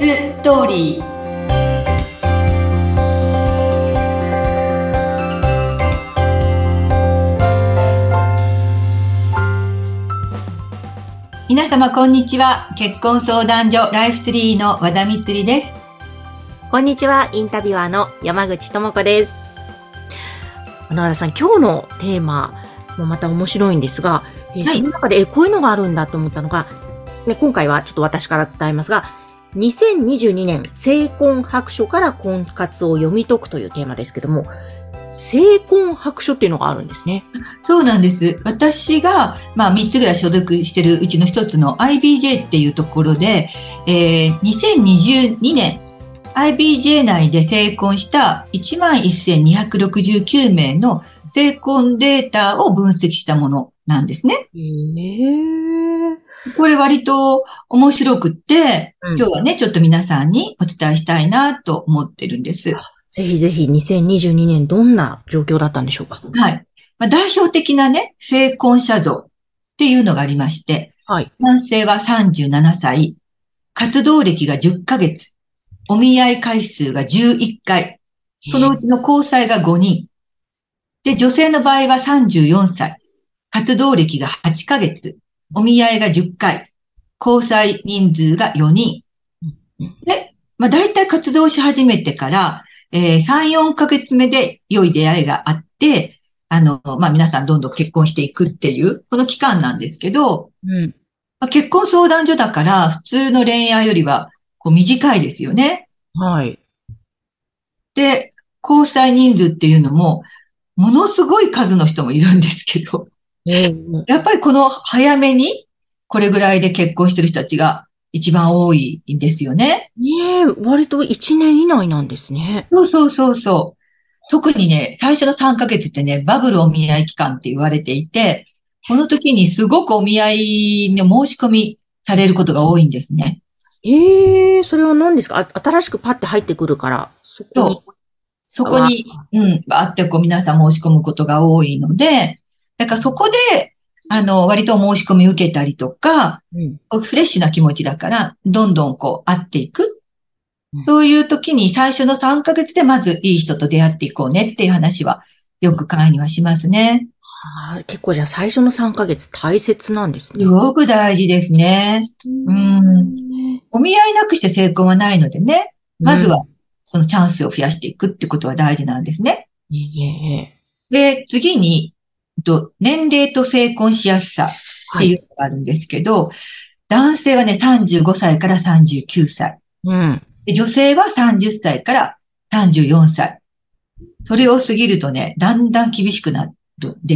ストーリー。皆様こんにちは。結婚相談所ライフツリーの和田光です。 こんにちは。インタビュアーの山口智子です。和田さん、今日のテーマもまた面白いんですが、その中でこういうのがあるんだと思ったのが、今回はちょっと私から伝えますが、2022年成婚白書から婚活を読み解くというテーマですけども、成婚白書っていうのがあるんですね。 そうなんです。私が、3つぐらい所属しているうちの一つの IBJ っていうところで、2022年 IBJ 内で成婚した11,269名の成婚データを分析したものなんですね。これ割と面白くって、今日はね、ちょっと皆さんにお伝えしたいなと思ってるんです。 ぜひぜひ2022年どんな状況だったんでしょうか。 はい。代表的なね、成婚者像っていうのがありまして、 はい。 男性は37歳、活動歴が10ヶ月、お見合い回数が11回、そのうちの交際が5人。で、女性の場合は34歳、活動歴が8ヶ月、お見合いが10回、交際人数が4人。で、大体活動し始めてから、3、4ヶ月目で良い出会いがあって、皆さんどんどん結婚していくっていう、この期間なんですけど、結婚相談所だから、普通の恋愛よりは、短いですよね。 はい。 で、交際人数っていうのも、ものすごい数の人もいるんですけど、やっぱりこの早めに、これぐらいで結婚してる人たちが一番多いんですよね。 割と1年以内なんですね。 そうそうそうそう。特にね、最初の3ヶ月ってね、バブルお見合い期間って言われていて、この時にすごくお見合いの申し込みされることが多いんですね。 それは何ですか？新しくパッて入ってくるから、そこに。 そう。そこに、あって皆さん申し込むことが多いので、だからそこで、割と申し込み受けたりとか、フレッシュな気持ちだから、どんどん会っていく。そういう時に最初の3ヶ月でまずいい人と出会っていこうねっていう話はよく会にはしますね。 結構じゃあ最初の3ヶ月大切なんですね。 すごく大事ですね。お見合いなくして成婚はないのでね。まずはそのチャンスを増やしていくってことは大事なんですね。で、次に、年齢と成婚しやすさっていうのがあるんですけど、男性はね、35歳から39歳。で女性は30歳から34歳。それを過ぎるとね、だんだん厳しくなるんです。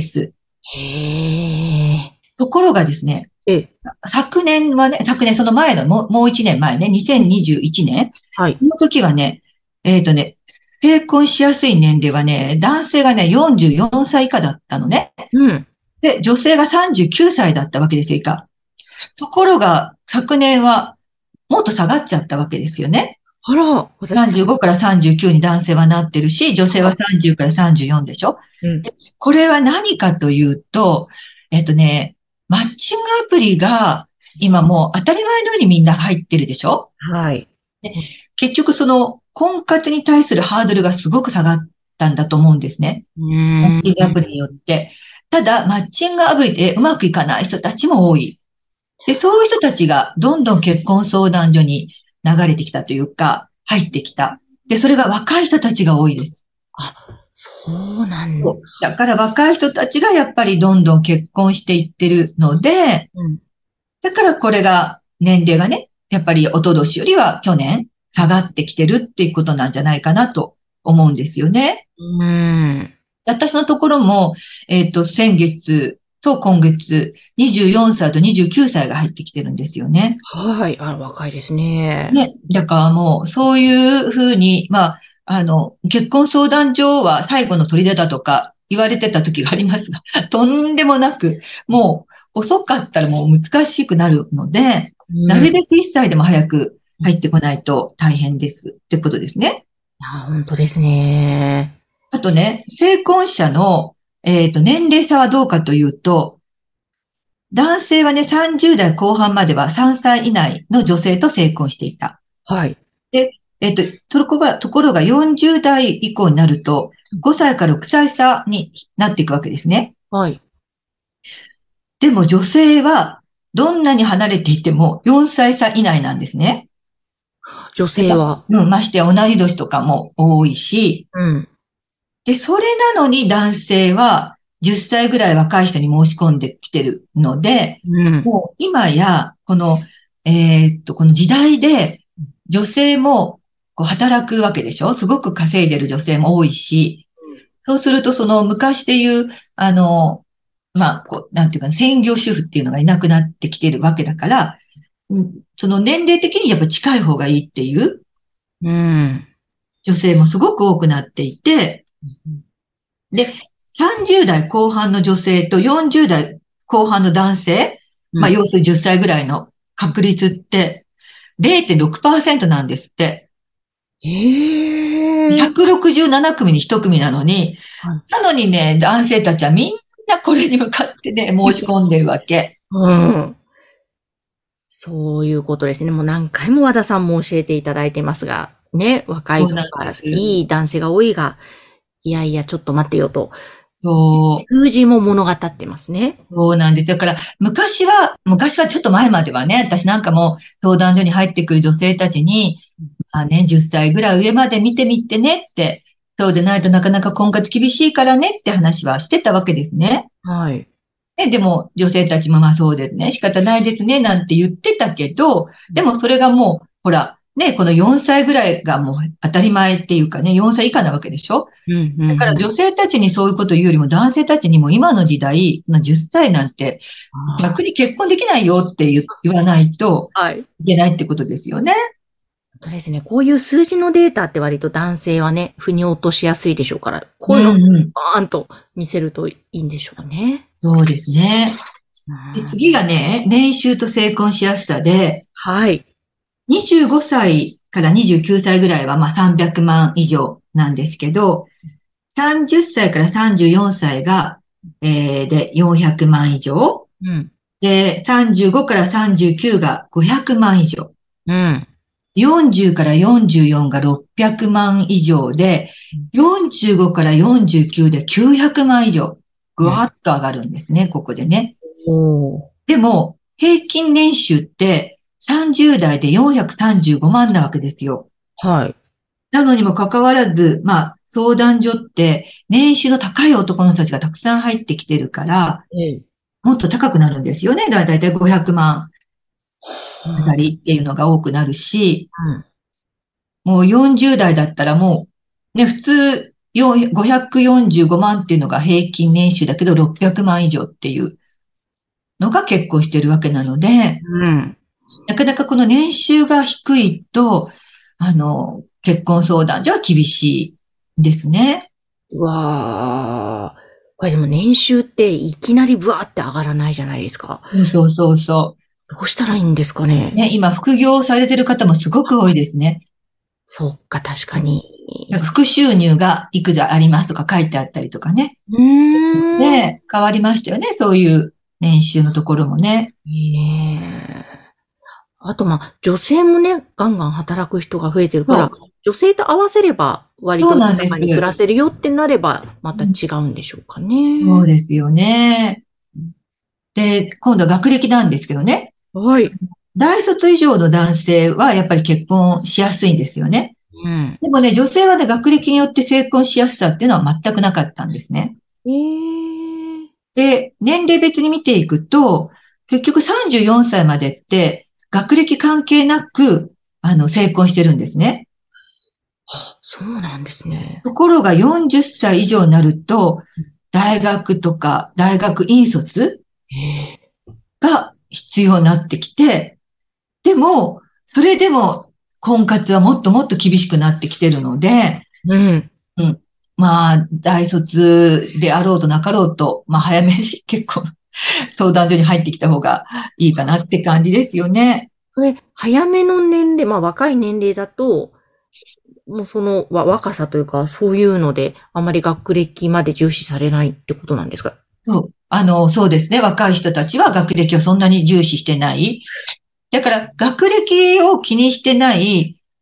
ところがですね、昨年その前のもう1年前ね、2021年。この時はね、成婚しやすい年齢はね、男性がね、44歳以下だったのね。で、女性が39歳だったわけですよ、以下。ところが、昨年は、もっと下がっちゃったわけですよね。35から39に男性はなってるし、女性は30から34でしょ。これは何かというと、マッチングアプリが今もう当たり前のようにみんな入ってるでしょ。で結局その婚活に対するハードルがすごく下がったんだと思うんですね。マッチングアプリによって。ただ、マッチングアプリでうまくいかない人たちも多い。で、そういう人たちがどんどん結婚相談所に流れてきたというか、入ってきた。で、それが若い人たちが多いです。 そうなんだ。 だから若い人たちがやっぱりどんどん結婚していってるので、だからこれが、年齢がね、やっぱり一昨年よりは去年下がってきてるっていうことなんじゃないかなと思うんですよね。私のところも、先月と今月、24歳と29歳が入ってきてるんですよね。 若いですね。 だからもう、そういうふうに、結婚相談所は最後の砦だとか言われてた時がありますが、とんでもなく、もう遅かったらもう難しくなるので、なるべく1歳でも早く入ってこないと大変ですってことですね。 本当ですね。 あとね、成婚者の、年齢差はどうかというと、男性はね、30代後半までは3歳以内の女性と成婚していた。 ところが40代以降になると、5歳から6歳差になっていくわけですね。 はい。 でも女性は、どんなに離れていても4歳差以内なんですね。 女性は。 ましてや同い年とかも多いし、 うん。 で、それなのに男性は10歳ぐらい若い人に申し込んできてるので、 うん。 もう今や、この時代で女性もこう働くわけでしょ。すごく稼いでる女性も多いし、そうするとその昔で言う、なんていうか、専業主婦っていうのがいなくなってきてるわけだから、その年齢的にやっぱ近い方がいいっていううん。 女性もすごく多くなっていて、で、30代後半の女性と40代後半の男性、 うん。 要するに10歳ぐらいの確率って0.6%なんですって。 ええ。 167組に1組なのに、 はい。 なのにね、男性たちはみんなこれに向かってね、申し込んでるわけ。 うん。そういうことですね。もう何回も和田さんも教えていただいてますが、ね、若いそうなん子がです。 いい男性が多いが、いやいや、ちょっと待ってよと。 そう。 数字も物語ってますね。 そうなんです。だから、昔はちょっと前まではね、私なんかも相談所に入ってくる女性たちに、10歳ぐらい上まで見てみてねって、そうでないとなかなか婚活厳しいからねって話はしてたわけですね。 はい。 でも女性たちもそうですね、仕方ないですね、なんて言ってたけど、でもそれがもう、ほら、ね、この4歳ぐらいがもう当たり前っていうかね、4歳以下なわけでしょ。 うん、うん、 だからうん。 女性たちにそういうことを言うよりも男性たちにも今の時代、10歳なんてあ逆に結婚できないよって言わないとあ。はい。 いけないってことですよね。 本当ですね。こういう数字のデータって割と男性はね、腑に落としやすいでしょうから、こうういうのをんうん。 バーンと見せるといいんでしょうね。 そうですね。 うで、次ん。 がね、年収と成婚しやすさで、 はい。 25歳から29歳ぐらいは300万以上なんですけど、30歳から34歳が、で400万以上。 うん。 で、35から39が500万以上。 うん。 40から44が600万以上で、45から49で900万以上。ぐうん。 わっと上がるんですね、ここでね。 おー。 でも、平均年収って30代で435万なわけですよ。 はい。 なのにもかかわらず、相談所って年収の高い男の人たちがたくさん入ってきてるから、 ええ。 もっと高くなるんですよね。だいたい500万あたはあ。 りっていうのが多くなるし、 うん。 もう40代だったらもう、ね、普通545万っていうのが平均年収だけど600万以上っていうのが結婚してるわけなので、 うん。 なかなかこの年収が低いと、結婚相談所は厳しいですね。 うわあ。これでも年収っていきなりブワーって上がらないじゃないですか。 そうそうそうそどうしたらいいんですかう。 ね。 ね、今、副業されてる方もすごく多いですね。 そっか、確うん。 かに。 なんか副収入がいくらありますとか書いてあったりとかね。 うーん。 で、変わりましたよね。そういう年収のところもね。 ええ。あと、女性もね、ガンガン働く人が増えてるから、 そう、 女性と合わせれば、割とそうなんです。 豊かに暮らせるよってなれば、またうん、 違うんでしょうかね。 そうですよね。で、今度学歴なんですけどね。 はい。 大卒以上の男性はやっぱり結婚しやすいんですよね。 うん。 でもね、女性はね、学歴によって成婚しやすさっていうのは全くなかったんですね。 ええ。 で、年齢別に見ていくと、結局34歳までって、学歴関係なく、成婚してるんですね。 あ、そうなんですね。 ところが40歳以上になると、大学とか大学院卒ええ。 が必要になってきて、でも、それでも婚活はもっともっと厳しくなってきてるので、 うん。 うん。大卒であろうとなかろうと、早めに結構相談所に入ってきた方がいいかなって感じですよね。 それ、早めの年齢、若い年齢だと、もうその、若さというか、そういうので、あまり学歴まで重視されないってことなんですか？ そう。そうですね。若い人たちは学歴をそんなに重視してない。だから、学歴を気にしてない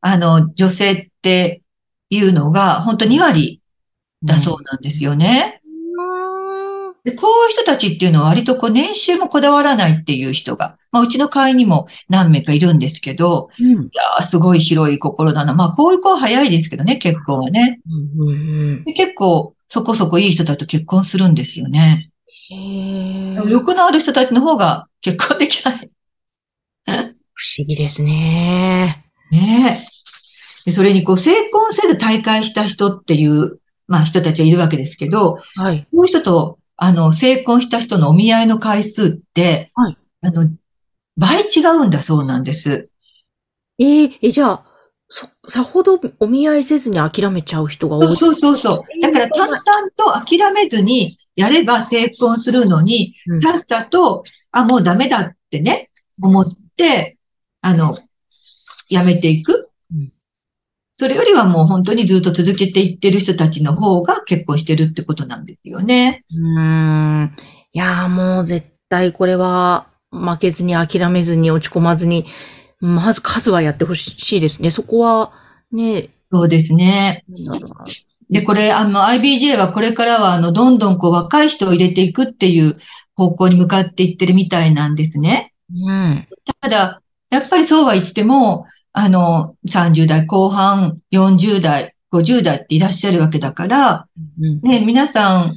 女性っていうのが、本当2割だそうなんですよね。で、こういう人たちっていうのは割と年収もこだわらないっていう人が、うちの会にも何名かいるんですけど、 うん。 いやー、すごい広い心だな。こういう子は早いですけどね、結婚はね。で、結構、そこそこいい人たちと結婚するんですよね。欲のある人たちの方が結婚できない。 不思議ですね。 ねえ。で、それに成婚せず退会した人っていう、人たちがいるわけですけど、 はい。 こういう人と、成婚した人のお見合いの回数って、 はい。 倍違うんだそうなんです。 じゃあ、さほどお見合いせずに諦めちゃう人が多い。 そうそうそう。だから淡々と諦めずにやれば成婚するのに、さっさと、もうダメだってね、思って、やめていく。それよりはもう本当にずっと続けていってる人たちの方が結婚してるってことなんですよね。 いやーもう絶対これは負けずに諦めずに落ち込まずに、まず数はやってほしいですね。そこはね。 そうですね。で、これ、IBJ はこれからは、どんどん若い人を入れていくっていう方向に向かっていってるみたいなんですね。ただ、やっぱりそうは言っても、30代後半、40代、50代っていらっしゃるわけだから、ね、皆さん、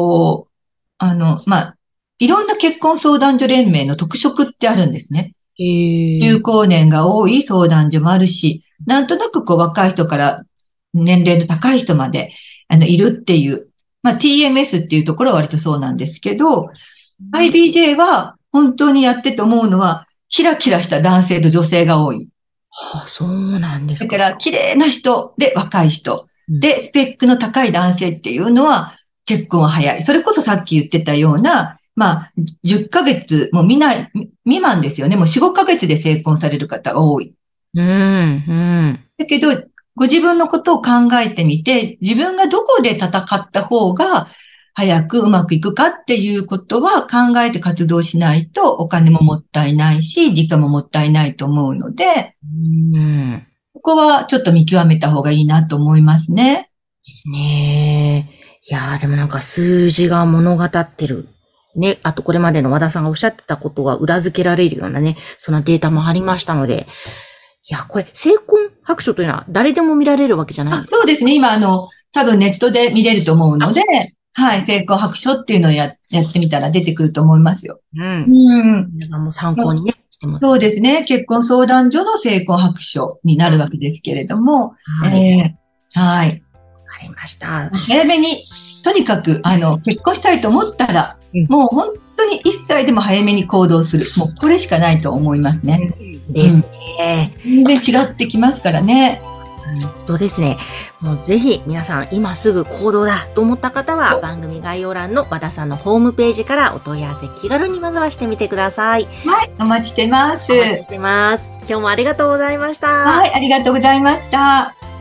いろんな結婚相談所連盟の特色ってあるんですね。中高年が多い相談所もあるし、なんとなく若い人から年齢の高い人まで、いるっていう、TMS っていうところは割とそうなんですけど、IBJ は本当にやってて思うのは、キラキラした男性と女性が多い。 そうなんですか。 だから、綺麗な人で若い人、で、スペックの高い男性っていうのは結婚は早い。それこそさっき言ってたような、10ヶ月も未満ですよね。もう4、5ヶ月で成婚される方が多い。だけど、ご自分のことを考えてみて、自分がどこで戦った方が早くうまくいくかっていうことは考えて活動しないとお金ももったいないし、時間ももったいないと思うので、ここはちょっと見極めた方がいいなと思いますね。 ですね。いやー、でもなんか数字が物語ってる。ね、あとこれまでの和田さんがおっしゃってたことが裏付けられるようなね、そんなデータもありましたので、いや、これ、成婚白書というのは誰でも見られるわけじゃないんですか？ そうですね。今、多分ネットで見れると思うので、はい、成婚白書っていうのをやってみたら出てくると思いますよ。 皆さんも参考にね、しても。 そうですね。結婚相談所の成婚白書になるわけですけれども、はい。 わかりました。 早めに、とにかく、結婚したいと思ったら、もう本当に1歳でも早めに行動する。もうこれしかないと思いますね。 ですね。 全然違ってきますからね。 本当ですね。もうぜひ皆さん今すぐ行動だと思った方は番組概要欄の和田さんのホームページからお問い合わせ気軽にまずはしてみてください。 はい、お待ちしてます。 お待ちしてます。今日もありがとうございました。 はい、ありがとうございました。